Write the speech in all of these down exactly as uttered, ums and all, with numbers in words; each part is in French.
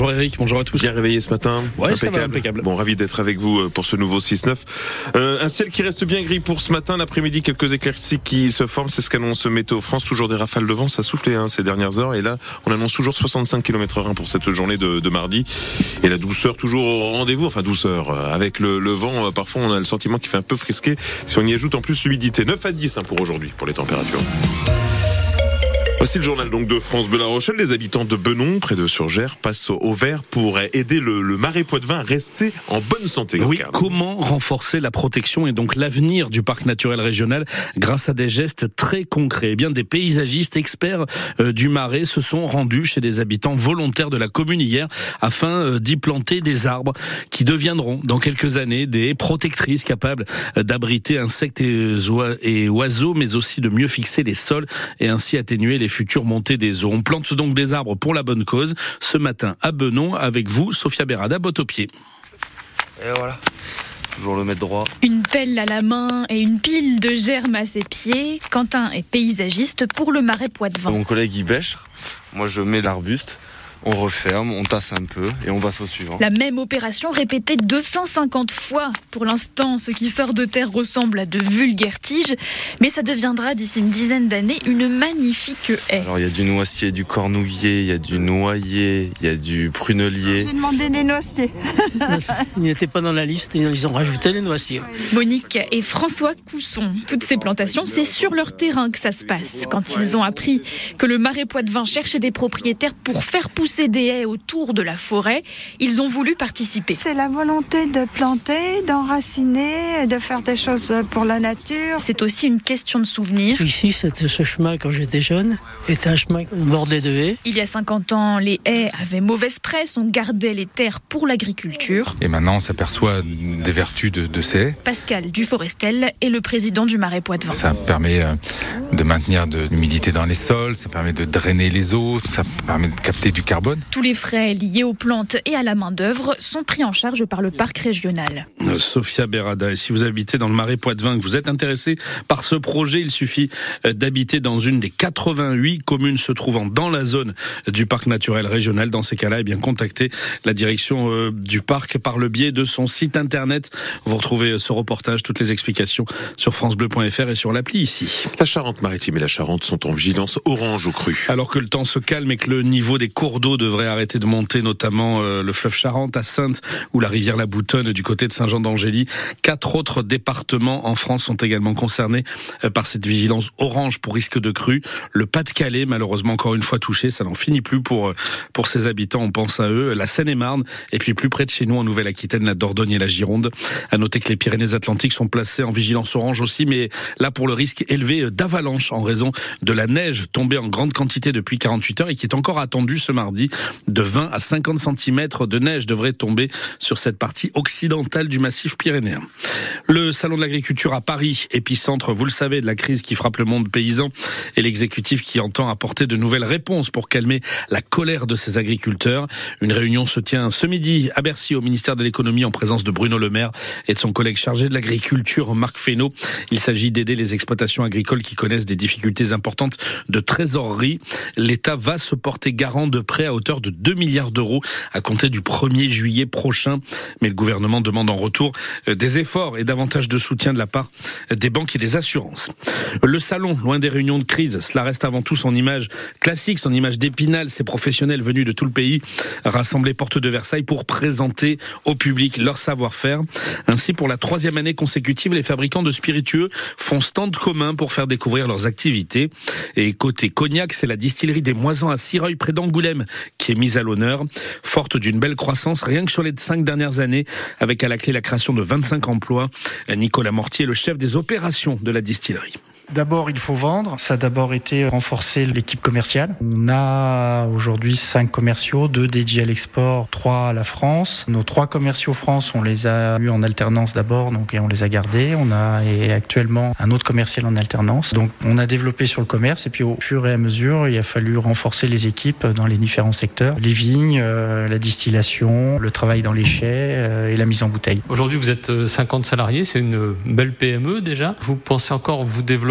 Bonjour Eric, bonjour à tous. Bien réveillé ce matin. Ouais, impeccable. ça va, impeccable. Bon, ravi d'être avec vous pour ce nouveau six neuf. Euh, un ciel qui reste bien gris pour ce matin. L'après-midi, quelques éclaircies qui se forment. C'est ce qu'annonce Météo France. Toujours des rafales de vent. Ça soufflait hein, ces dernières heures. Et là, on annonce toujours soixante-cinq kilomètres heure pour cette journée de, de mardi. Et la douceur toujours au rendez-vous. Enfin, douceur. Avec le, le vent, parfois, on a le sentiment qu'il fait un peu frisquer. Si on y ajoute en plus l'humidité. neuf à dix hein, pour aujourd'hui, pour les températures. Voici le journal donc de France Bleu La Rochelle. Les habitants de Benon, près de Surgères, passent au vert pour aider le, le marais Poitevin à rester en bonne santé. Oui, comment renforcer la protection et donc l'avenir du parc naturel régional grâce à des gestes très concrets. Eh bien, des paysagistes experts euh, du marais se sont rendus chez des habitants volontaires de la commune hier afin euh, d'y planter des arbres qui deviendront dans quelques années des protectrices capables euh, d'abriter insectes et, oie- et oiseaux, mais aussi de mieux fixer les sols et ainsi atténuer les futures montées des eaux. On plante donc des arbres pour la bonne cause. Ce matin à Benon, avec vous, Sophia Berada, botte aux pieds. Et voilà, toujours le mettre droit. Une pelle à la main et une pile de germes à ses pieds. Quentin est paysagiste pour le marais Poitevin. Mon collègue il bêche, moi je mets l'arbuste, on referme, on tasse un peu et on passe au suivant. La même opération répétée deux cent cinquante fois. Pour l'instant, ce qui sort de terre ressemble à de vulgaires tiges, mais ça deviendra d'ici une dizaine d'années une magnifique haie. Alors il y a du noisetier, du cornouiller, il y a du noyer, il y a du prunelier. J'ai demandé des noisetiers. Ils n'étaient pas dans la liste, ils ont rajouté les noisetiers. Monique et François Cousson. Toutes ces plantations, c'est sur leur terrain que ça se passe. Quand ils ont appris que le marais Poitevin cherchait des propriétaires pour faire pousser des haies autour de la forêt, ils ont voulu participer. C'est la volonté de planter, d'enraciner, de faire des choses pour la nature. C'est aussi une question de souvenir. Ici, c'était ce chemin quand j'étais jeune, était un chemin bordé de haies. Il y a cinquante ans, les haies avaient mauvaise presse, on gardait les terres pour l'agriculture. Et maintenant, on s'aperçoit des vertus de, de ces haies. Pascal Duforestel est le président du marais Poitevin. Ça permet de maintenir de l'humidité dans les sols, ça permet de drainer les eaux, ça permet de capter du carbone. Tous les frais liés aux plantes et à la main-d'œuvre sont pris en charge par le parc régional. Sophia Berada, et si vous habitez dans le marais Poitevin, que vous êtes intéressé par ce projet, il suffit d'habiter dans une des quatre-vingt-huit communes se trouvant dans la zone du parc naturel régional. Dans ces cas-là, eh bien, contactez la direction euh, du parc par le biais de son site internet. Vous retrouvez ce reportage, toutes les explications sur francebleu point f r et sur l'appli ici. La Charente-Maritime et la Charente sont en vigilance orange aux crues. Alors que le temps se calme et que le niveau des cours d'eau devrait arrêter de monter, notamment euh, le fleuve Charente à Saintes ou la rivière La Boutonne du côté de Saint-Jean-d'Angély. Quatre autres départements en France sont également concernés euh, par cette vigilance orange pour risque de crue. Le Pas-de-Calais, malheureusement encore une fois touché, ça n'en finit plus pour euh, pour ses habitants, on pense à eux. La Seine-et-Marne et puis plus près de chez nous en Nouvelle-Aquitaine, la Dordogne et la Gironde. À noter que les Pyrénées-Atlantiques sont placées en vigilance orange aussi, mais là pour le risque élevé d'avalanche en raison de la neige tombée en grande quantité depuis quarante-huit heures et qui est encore attendue ce mardi. De vingt à cinquante centimètres de neige devrait tomber sur cette partie occidentale du massif pyrénéen. Le salon de l'agriculture à Paris, épicentre, vous le savez, de la crise qui frappe le monde paysan et l'exécutif qui entend apporter de nouvelles réponses pour calmer la colère de ses agriculteurs. Une réunion se tient ce midi à Bercy au ministère de l'économie en présence de Bruno Le Maire et de son collègue chargé de l'agriculture Marc Fesneau. Il s'agit d'aider les exploitations agricoles qui connaissent des difficultés importantes de trésorerie. L'État va se porter garant de prêts à hauteur de deux milliards d'euros à compter du premier juillet prochain. Mais le gouvernement demande en retour des efforts et davantage de soutien de la part des banques et des assurances. Le salon, loin des réunions de crise, cela reste avant tout son image classique, son image d'Épinal, ces professionnels venus de tout le pays rassemblés porte de Versailles pour présenter au public leur savoir-faire. Ainsi, pour la troisième année consécutive, les fabricants de spiritueux font stand commun pour faire découvrir leurs activités. Et côté cognac, c'est la distillerie des Moisans à Sireuil près d'Angoulême qui est mise à l'honneur, forte d'une belle croissance rien que sur les cinq dernières années, avec à la clé la création de vingt-cinq emplois. Nicolas Mortier est le chef des opérations de la distillerie. D'abord, il faut vendre. Ça a d'abord été renforcer l'équipe commerciale. On a aujourd'hui cinq commerciaux, deux dédiés à l'export, trois à la France. Nos trois commerciaux France, on les a eus en alternance d'abord, donc et on les a gardés. On a et actuellement un autre commercial en alternance. Donc, on a développé sur le commerce et puis au fur et à mesure, il a fallu renforcer les équipes dans les différents secteurs. Les vignes, euh, la distillation, le travail dans les chais euh, et la mise en bouteille. Aujourd'hui, vous êtes cinquante salariés, c'est une belle P M E déjà. Vous pensez encore vous développer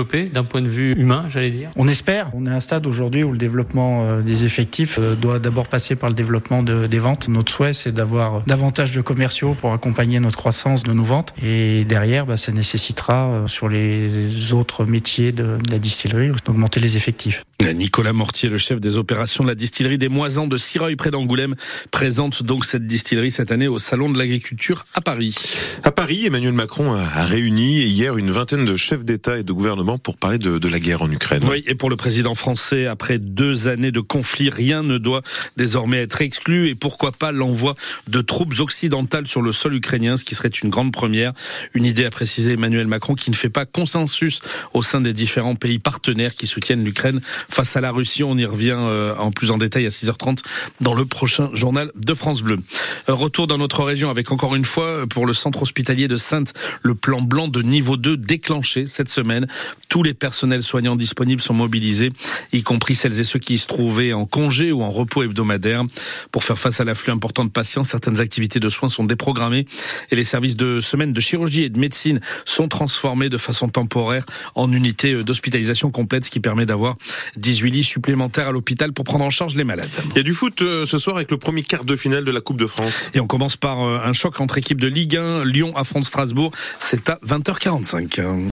développer d'un point de vue humain, j'allais dire. On espère. On est à un stade aujourd'hui où le développement des effectifs doit d'abord passer par le développement de, des ventes. Notre souhait, c'est d'avoir davantage de commerciaux pour accompagner notre croissance de nos ventes. Et derrière, bah, ça nécessitera sur les autres métiers de, de la distillerie d'augmenter les effectifs. Nicolas Mortier, le chef des opérations de la distillerie des Moisans de Sireuil près d'Angoulême, présente donc cette distillerie cette année au Salon de l'Agriculture à Paris. À Paris, Emmanuel Macron a réuni hier une vingtaine de chefs d'État et de gouvernement pour parler de, de la guerre en Ukraine. Oui, et pour le président français, après deux années de conflit, rien ne doit désormais être exclu et pourquoi pas l'envoi de troupes occidentales sur le sol ukrainien, ce qui serait une grande première. Une idée, a précisé Emmanuel Macron, qui ne fait pas consensus au sein des différents pays partenaires qui soutiennent l'Ukraine face à la Russie. On y revient en plus en détail à six heures trente dans le prochain journal de France Bleu. Retour dans notre région avec encore une fois pour le centre hospitalier de Saintes, le plan blanc de niveau deux déclenché cette semaine. Tous les personnels soignants disponibles sont mobilisés, y compris celles et ceux qui se trouvaient en congé ou en repos hebdomadaire. Pour faire face à l'afflux important de patients, certaines activités de soins sont déprogrammées et les services de semaine de chirurgie et de médecine sont transformés de façon temporaire en unités d'hospitalisation complète, ce qui permet d'avoir dix-huit lits supplémentaires à l'hôpital pour prendre en charge les malades. Il y a du foot euh, ce soir avec le premier quart de finale de la Coupe de France. Et on commence par euh, un choc entre équipes de Ligue un. Lyon affronte Strasbourg. C'est à vingt heures quarante-cinq.